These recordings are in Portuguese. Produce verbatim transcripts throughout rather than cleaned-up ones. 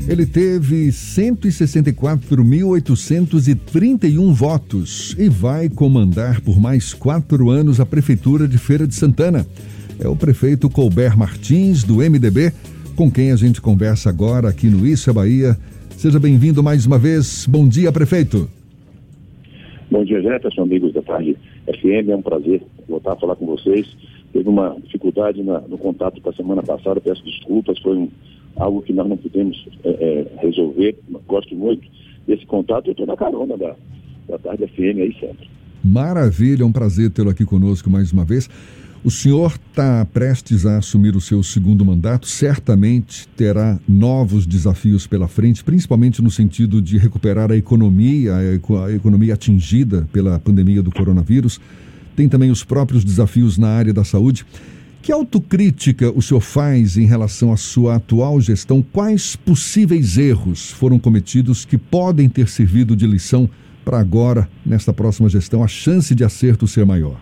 Ele teve cento e sessenta e quatro mil oitocentos e trinta e um votos e vai comandar por mais quatro anos a Prefeitura de Feira de Santana. É o prefeito Colbert Martins, do M D B, com quem a gente conversa agora aqui no Isso é Bahia. Seja bem-vindo mais uma vez. Bom dia, prefeito. Bom dia, Jefferson, amigos da Tarde F M. É um prazer voltar a falar com vocês. Teve uma dificuldade na, no contato com a semana passada, peço desculpas, foi um, algo que nós não pudemos é, é, resolver. Gosto muito desse contato e estou na carona da, da Tarde F M aí sempre. Maravilha, é um prazer tê-lo aqui conosco mais uma vez. O senhor está prestes a assumir o seu segundo mandato, certamente terá novos desafios pela frente, principalmente no sentido de recuperar a economia, a economia atingida pela pandemia do coronavírus. Tem também os próprios desafios na área da saúde. Que autocrítica o senhor faz em relação à sua atual gestão? Quais possíveis erros foram cometidos que podem ter servido de lição para agora, nesta próxima gestão, a chance de acerto ser maior?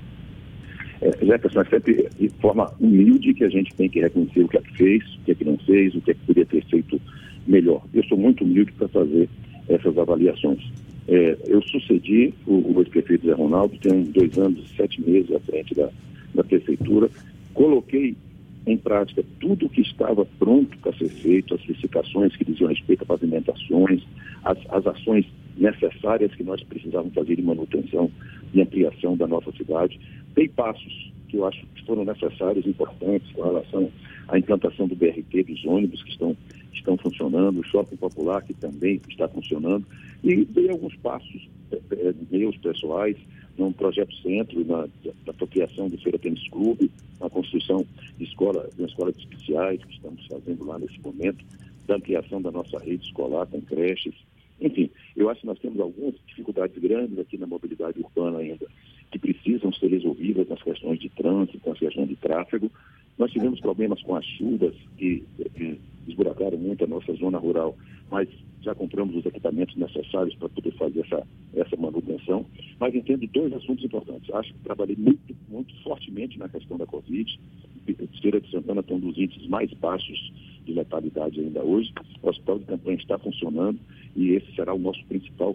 É, Jefferson, é sempre de forma humilde que a gente tem que reconhecer o que é que fez, o que é que não fez, o que é que poderia ter feito melhor. Eu sou muito humilde para fazer essas avaliações. É, eu sucedi o, o ex-prefeito Zé Ronaldo, tenho dois anos e sete meses à frente da, da prefeitura, coloquei em prática tudo o que estava pronto para ser feito, as licitações que diziam respeito a pavimentações, as, as ações necessárias que nós precisávamos fazer de manutenção e ampliação da nossa cidade. Tem passos que eu acho que foram necessários, importantes, com relação à implantação do B R T, dos ônibus que estão, estão funcionando, o shopping popular que também está funcionando, e dei alguns passos é, meus pessoais, no projeto centro, na, na apropriação do Feira Tênis Clube, na construção de escola, de uma escola de especiais que estamos fazendo lá nesse momento, da ampliação da nossa rede escolar com creches. Enfim, eu acho que nós temos algumas dificuldades grandes aqui na mobilidade urbana ainda, que precisam ser resolvidas nas questões de trânsito, nas questões de tráfego. Nós tivemos problemas com as chuvas que, que esburacaram muito a nossa zona rural, mas já compramos os equipamentos necessários para poder fazer essa, essa manutenção. Mas entendo dois assuntos importantes. Acho que trabalhei muito, muito fortemente na questão da Covid. Feira de Santana tem um dos índices mais baixos de letalidade ainda hoje. O hospital de campanha está funcionando e esse será o nosso principal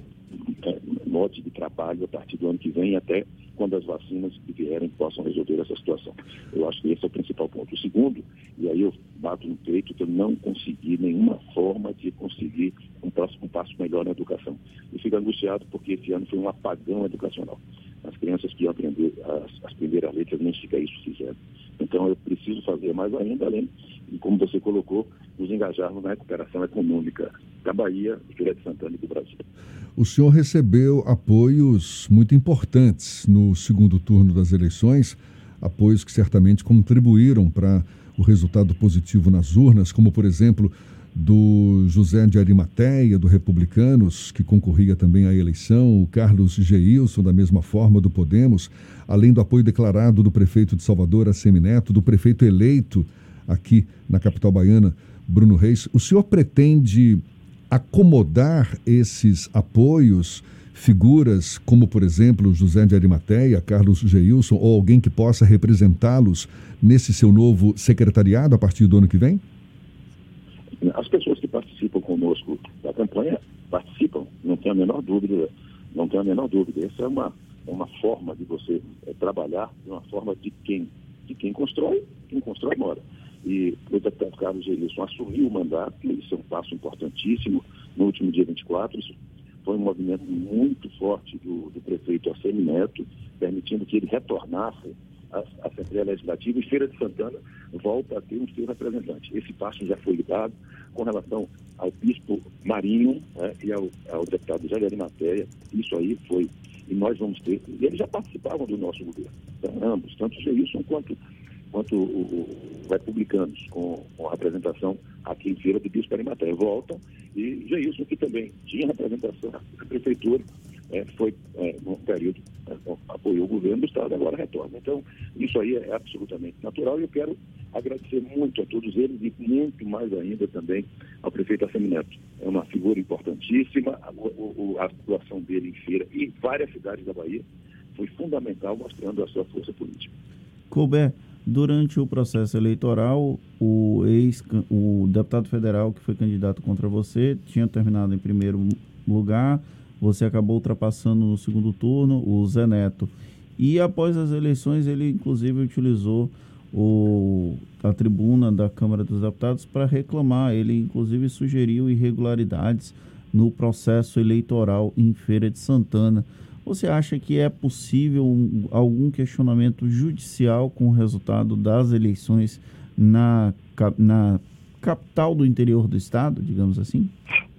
é, mote de trabalho a partir do ano que vem, até quando as vacinas que vierem possam resolver essa situação. Eu acho que esse é o principal ponto. O segundo, e aí eu bato no peito, que eu não consegui nenhuma forma de conseguir um passo, um passo melhor na educação. Eu fico angustiado porque esse ano foi um apagão educacional. As crianças que iam aprender as, as primeiras letras nem sequer isso fizeram. Então eu preciso fazer mais ainda, além de, como você colocou, nos engajarmos na recuperação econômica da Bahia, de Feira de Santana e do Brasil. O senhor recebeu apoios muito importantes no segundo turno das eleições, apoios que certamente contribuíram para o resultado positivo nas urnas, como, por exemplo, do José de Arimateia, do Republicanos, que concorria também à eleição, o Carlos Geilson, da mesma forma, do Podemos, além do apoio declarado do prefeito de Salvador, Assemineto, do prefeito eleito aqui na capital baiana, Bruno Reis. O senhor pretende acomodar esses apoios, figuras como, por exemplo, José de Arimateia, Carlos Geilson, ou alguém que possa representá-los nesse seu novo secretariado a partir do ano que vem? As pessoas que participam conosco da campanha participam, não tem a menor dúvida, não tem a menor dúvida. Essa é uma, é uma forma de você é, trabalhar, de uma forma de quem, de quem constrói, quem constrói mora. E o deputado Carlos Geilson assumiu o mandato, isso é um passo importantíssimo, no último dia vinte e quatro, isso foi um movimento muito forte do, do prefeito Assemineto, permitindo que ele retornasse à Assembleia Legislativa, e Feira de Santana volta a ter um seu representante. Esse passo já foi dado com relação ao bispo Marinho, né, e ao, ao deputado José de Arimateia. Isso aí foi, e nós vamos ter, e eles já participavam do nosso governo, então, ambos, tanto o Geilson quanto quanto o, o Republicanos, com, com a representação aqui em Feira do Bispo Arimateia, voltam, e Geilson, que também tinha representação na prefeitura, é, foi, é, num período, é, apoiou o governo do Estado, agora retorna. Então, isso aí é absolutamente natural, e eu quero agradecer muito a todos eles, e muito mais ainda também ao prefeito Assemineto. É uma figura importantíssima, a, a, a atuação dele em Feira e em várias cidades da Bahia foi fundamental, mostrando a sua força política. Colbert, Durante o processo eleitoral, o ex, o deputado federal que foi candidato contra você tinha terminado em primeiro lugar, você acabou ultrapassando no segundo turno o Zé Neto. E após as eleições, ele inclusive utilizou o, a tribuna da Câmara dos Deputados para reclamar. Ele inclusive sugeriu irregularidades no processo eleitoral em Feira de Santana. Você acha que é possível um, algum questionamento judicial com o resultado das eleições na, na capital do interior do estado, digamos assim?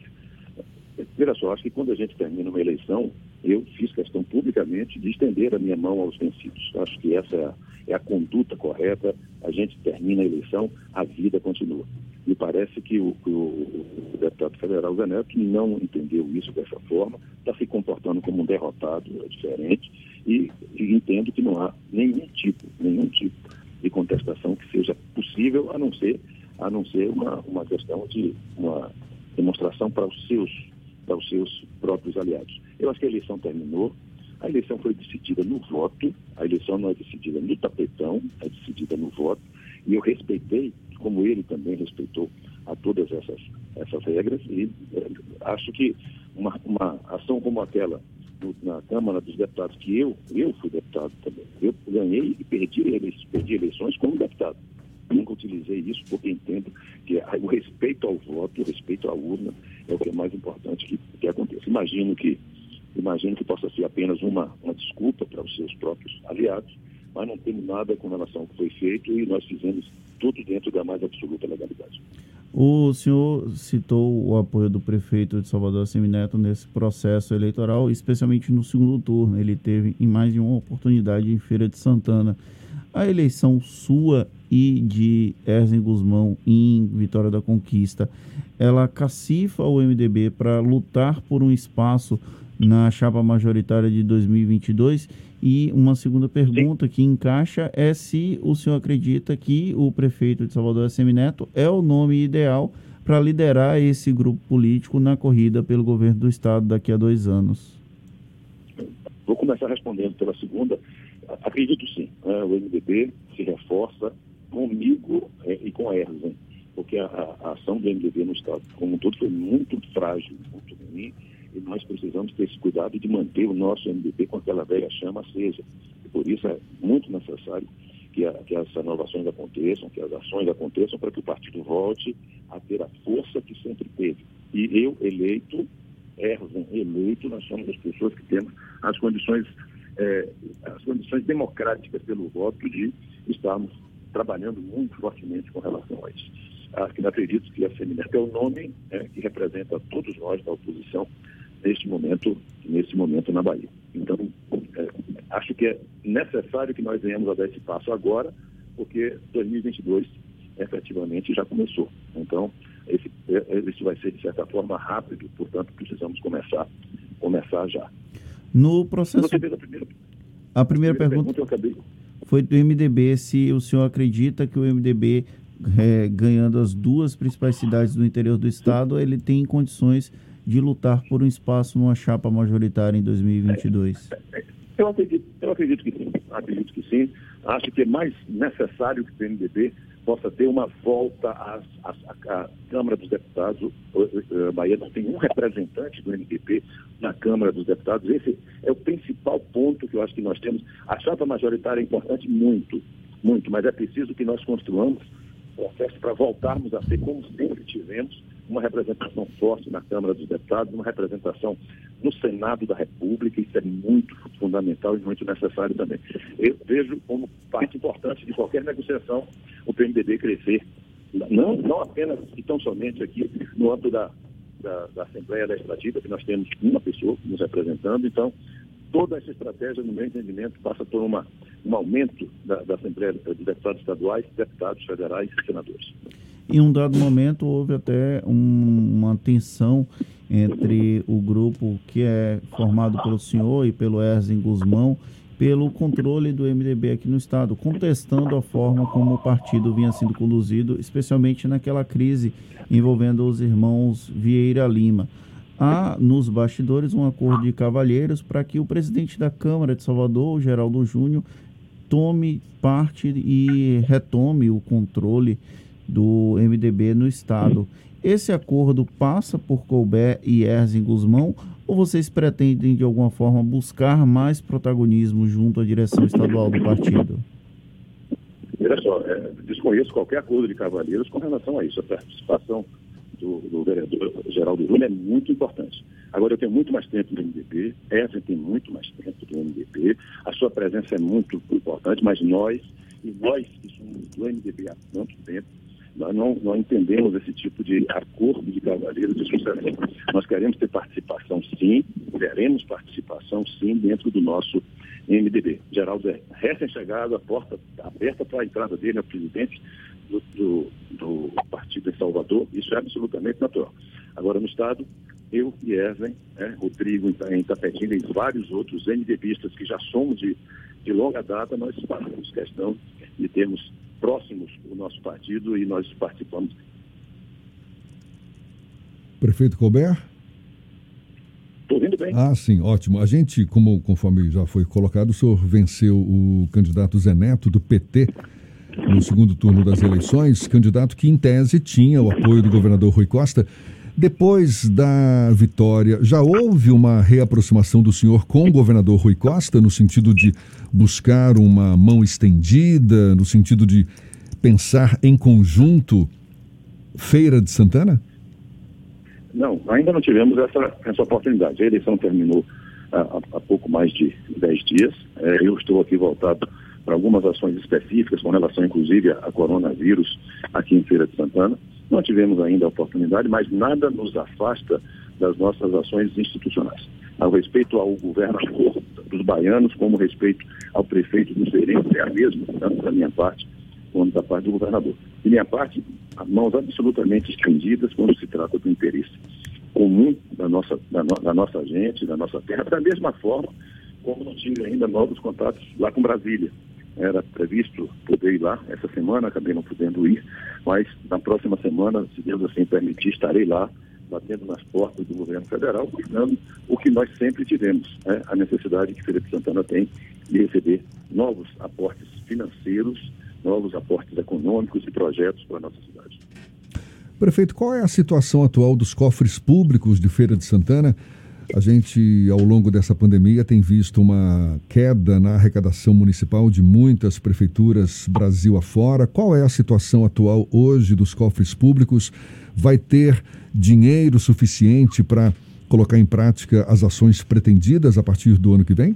Veja só, acho que quando a gente termina uma eleição, eu fiz questão publicamente de estender a minha mão aos vencidos. Acho que essa é a, é a conduta correta. A gente termina a eleição, a vida continua. Me parece que o, o, o deputado federal Zé Neto não entendeu isso dessa forma, está se comportando como um derrotado, é diferente, e, e entendo que não há nenhum tipo, nenhum tipo de contestação que seja possível, a não ser, a não ser uma, uma questão de uma demonstração para os seus, para os seus próprios aliados. Eu acho que a eleição terminou, a eleição foi decidida no voto, a eleição não é decidida no tapetão, é decidida no voto, e eu respeitei, como ele também respeitou a todas essas, essas regras, e é, acho que uma, uma ação como aquela no, na Câmara dos Deputados, que eu, eu fui deputado também, eu ganhei e perdi, perdi eleições como deputado. Nunca utilizei isso porque entendo que o respeito ao voto, o respeito à urna é o que é mais importante que, que aconteça. Imagino que, imagino que possa ser apenas uma, uma desculpa para os seus próprios aliados, mas não temos nada com relação ao que foi feito e nós fizemos tudo dentro da mais absoluta legalidade. O senhor citou o apoio do prefeito de Salvador Assemineto nesse processo eleitoral, especialmente no segundo turno. Ele teve em mais de uma oportunidade em Feira de Santana. A eleição sua e de Erzen Guzmão em Vitória da Conquista, ela cacifa o M D B para lutar por um espaço na chapa majoritária de dois mil e vinte e dois? E uma segunda pergunta Sim. que encaixa é se o senhor acredita que o prefeito de Salvador Assemineto é o nome ideal para liderar esse grupo político na corrida pelo governo do estado daqui a dois anos. Vou começar respondendo pela segunda. Acredito sim. Né? O M D B se reforça comigo é, e com a Erzen, porque a, a ação do M D B no estado como um todo foi muito frágil, muito ruim, e nós precisamos ter esse cuidado de manter o nosso M D B com aquela velha chama acesa. E por isso é muito necessário que, a, que as renovações aconteçam, que as ações aconteçam para que o partido volte a ter a força que sempre teve. E eu, eleito, Erzen, eleito, nós somos as pessoas que temos as condições, é, as condições democráticas pelo voto de estarmos trabalhando muito fortemente com relação a isso. Ah, que não acredito que a Assemineto é o nome é, que representa todos nós da oposição neste momento, nesse momento na Bahia. Então, é, acho que é necessário que nós venhamos a dar esse passo agora, porque dois mil e vinte e dois efetivamente já começou. Então, esse, esse vai ser, de certa forma, rápido, portanto, precisamos começar, começar já. No processo... Você fez a primeira, a primeira, a primeira pergunta, pergunta eu acabei... foi do M D B, se o senhor acredita que o M D B, é, ganhando as duas principais cidades do interior do estado, ele tem condições de lutar por um espaço numa chapa majoritária em dois mil e vinte e dois? Eu acredito, eu acredito que sim. Acredito que sim. Acho que é mais necessário que o M D B possa ter uma volta às, às, à Câmara dos Deputados. A Bahia não tem um representante do M D B na Câmara dos Deputados. Esse é o principal ponto que eu acho que nós temos. A chapa majoritária é importante muito, muito, mas é preciso que nós construamos processo para voltarmos a ser, como sempre tivemos, uma representação forte na Câmara dos Deputados, uma representação no Senado da República. Isso é muito fundamental e muito necessário também. Eu vejo como parte importante de qualquer negociação o P M D B crescer, não, não apenas e tão somente aqui no âmbito da, da, da Assembleia Legislativa, que nós temos uma pessoa nos representando. Então, toda essa estratégia, no meu entendimento, passa por uma, um aumento da, da Assembleia de Deputados Estaduais, deputados federais e senadores. Em um dado momento, houve até um, uma tensão entre o grupo que é formado pelo senhor e pelo Erzen Guzmão, pelo controle do M D B aqui no estado, contestando a forma como o partido vinha sendo conduzido, especialmente naquela crise envolvendo os irmãos Vieira Lima. Há, nos bastidores, um acordo de cavalheiros para que o presidente da Câmara de Salvador, o Geraldo Júnior, tome parte e retome o controle do M D B no Estado. Esse acordo passa por Colbert e Erzin Gusmão, ou vocês pretendem, de alguma forma, buscar mais protagonismo junto à direção estadual do partido? Olha só, é, desconheço qualquer acordo de cavalheiros com relação a isso. A participação do, do vereador Geraldo Júnior é muito importante. Agora, eu tenho muito mais tempo no M D B, Erzin tem muito mais tempo do M D B, a sua presença é muito importante, mas nós, e nós que somos do M D B há tanto tempo, nós não, não entendemos esse tipo de acordo de cavalheiros de sucessão. Nós queremos ter participação, sim, teremos participação, sim, dentro do nosso M D B. Geraldo é recém-chegado, a porta aberta para a entrada dele, é o presidente do, do, do partido em Salvador, isso é absolutamente natural. Agora, no Estado, eu e Erzin, né, Rodrigo em Itapetinga e vários outros MDBistas que já somos de, de longa data, nós fazemos questão de termos próximos o nosso partido e nós participamos. Prefeito Colbert? Estou ouvindo bem. Ah, sim, ótimo. A gente, como, conforme já foi colocado, o senhor venceu o candidato Zé Neto, do P T, no segundo turno das eleições, candidato que, em tese, tinha o apoio do governador Rui Costa. Depois da vitória, já houve uma reaproximação do senhor com o governador Rui Costa, no sentido de buscar uma mão estendida, no sentido de pensar em conjunto Feira de Santana? Não, ainda não tivemos essa, essa oportunidade. A eleição terminou há, há pouco mais de dez dias. É, eu estou aqui voltado para algumas ações específicas com relação, inclusive, a coronavírus aqui em Feira de Santana. Não tivemos ainda a oportunidade, mas nada nos afasta das nossas ações institucionais. Ao respeito ao governador dos baianos, como respeito ao prefeito do Cerense, é a mesma, tanto da minha parte quanto da parte do governador. De minha parte, as mãos absolutamente estendidas quando se trata do interesse comum da nossa, da, no, da nossa gente, da nossa terra, da mesma forma como não tive ainda novos contatos lá com Brasília. Era previsto poder ir lá essa semana, acabei não podendo ir, mas na próxima semana, se Deus assim permitir, estarei lá, batendo nas portas do governo federal, buscando o que nós sempre tivemos, né? A necessidade que Feira de Santana tem de receber novos aportes financeiros, novos aportes econômicos e projetos para a nossa cidade. Prefeito, qual é a situação atual dos cofres públicos de Feira de Santana? A gente, ao longo dessa pandemia, tem visto uma queda na arrecadação municipal de muitas prefeituras Brasil afora. Qual é a situação atual hoje dos cofres públicos? Vai ter dinheiro suficiente para colocar em prática as ações pretendidas a partir do ano que vem?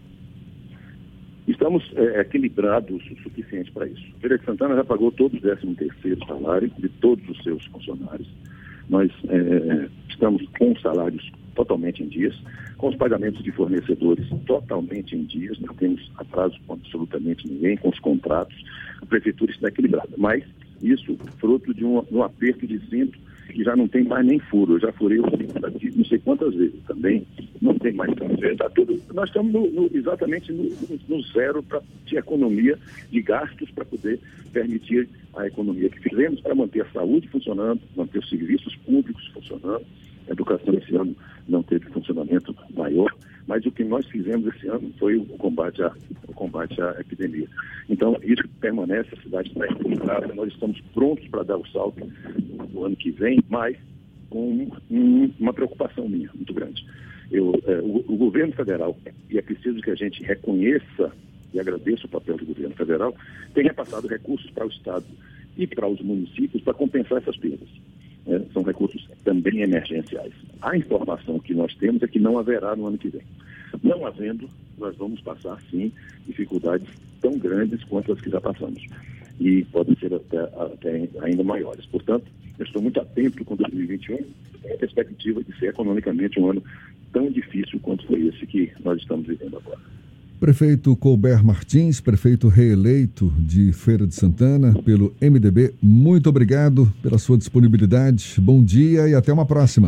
Estamos é, equilibrados o suficiente para isso. Feira de Santana já pagou todo o décimo terceiro salário de todos os seus funcionários. Nós é, estamos com salários totalmente em dias, com os pagamentos de fornecedores totalmente em dias, não temos atraso com absolutamente ninguém, com os contratos, a prefeitura está equilibrada. Mas isso fruto de um, de um aperto de cinto que já não tem mais nem furo. Eu já furei o cinto daqui não sei quantas vezes também, não tem mais tanto. Tá tudo, nós estamos no, no, exatamente no, no zero pra, de economia de gastos para poder permitir a economia que fizemos para manter a saúde funcionando, manter os serviços públicos funcionando. A educação esse ano não teve funcionamento maior, mas o que nós fizemos esse ano foi o combate à, o combate à epidemia. Então, isso permanece, a cidade está equilibrada, nós estamos prontos para dar o salto no ano que vem, mas com um, uma preocupação minha muito grande. Eu, é, o, o governo federal, e é preciso que a gente reconheça e agradeça o papel do governo federal, tem repassado recursos para o Estado e para os municípios para compensar essas perdas. É, são recursos também emergenciais. A informação que nós temos é que não haverá no ano que vem. Não havendo, nós vamos passar, sim, dificuldades tão grandes quanto as que já passamos. E podem ser até, até ainda maiores. Portanto, eu estou muito atento com dois mil e vinte e um, com a perspectiva de ser economicamente um ano tão difícil quanto foi esse que nós estamos vivendo agora. Prefeito Colbert Martins, prefeito reeleito de Feira de Santana pelo M D B, muito obrigado pela sua disponibilidade. Bom dia e até uma próxima.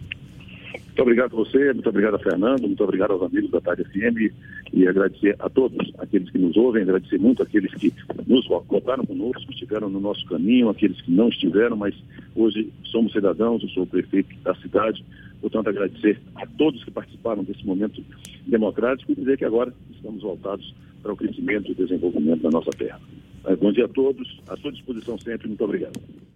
Muito obrigado a você, muito obrigado a Fernando, muito obrigado aos amigos da Tarde F M e agradecer a todos aqueles que nos ouvem, agradecer muito aqueles que nos votaram conosco, estiveram no nosso caminho, aqueles que não estiveram, mas hoje somos cidadãos, eu sou o prefeito da cidade. Portanto, agradecer a todos que participaram desse momento democrático e dizer que agora estamos voltados para para o crescimento e desenvolvimento da nossa terra. Bom dia a todos, à sua disposição sempre, muito obrigado.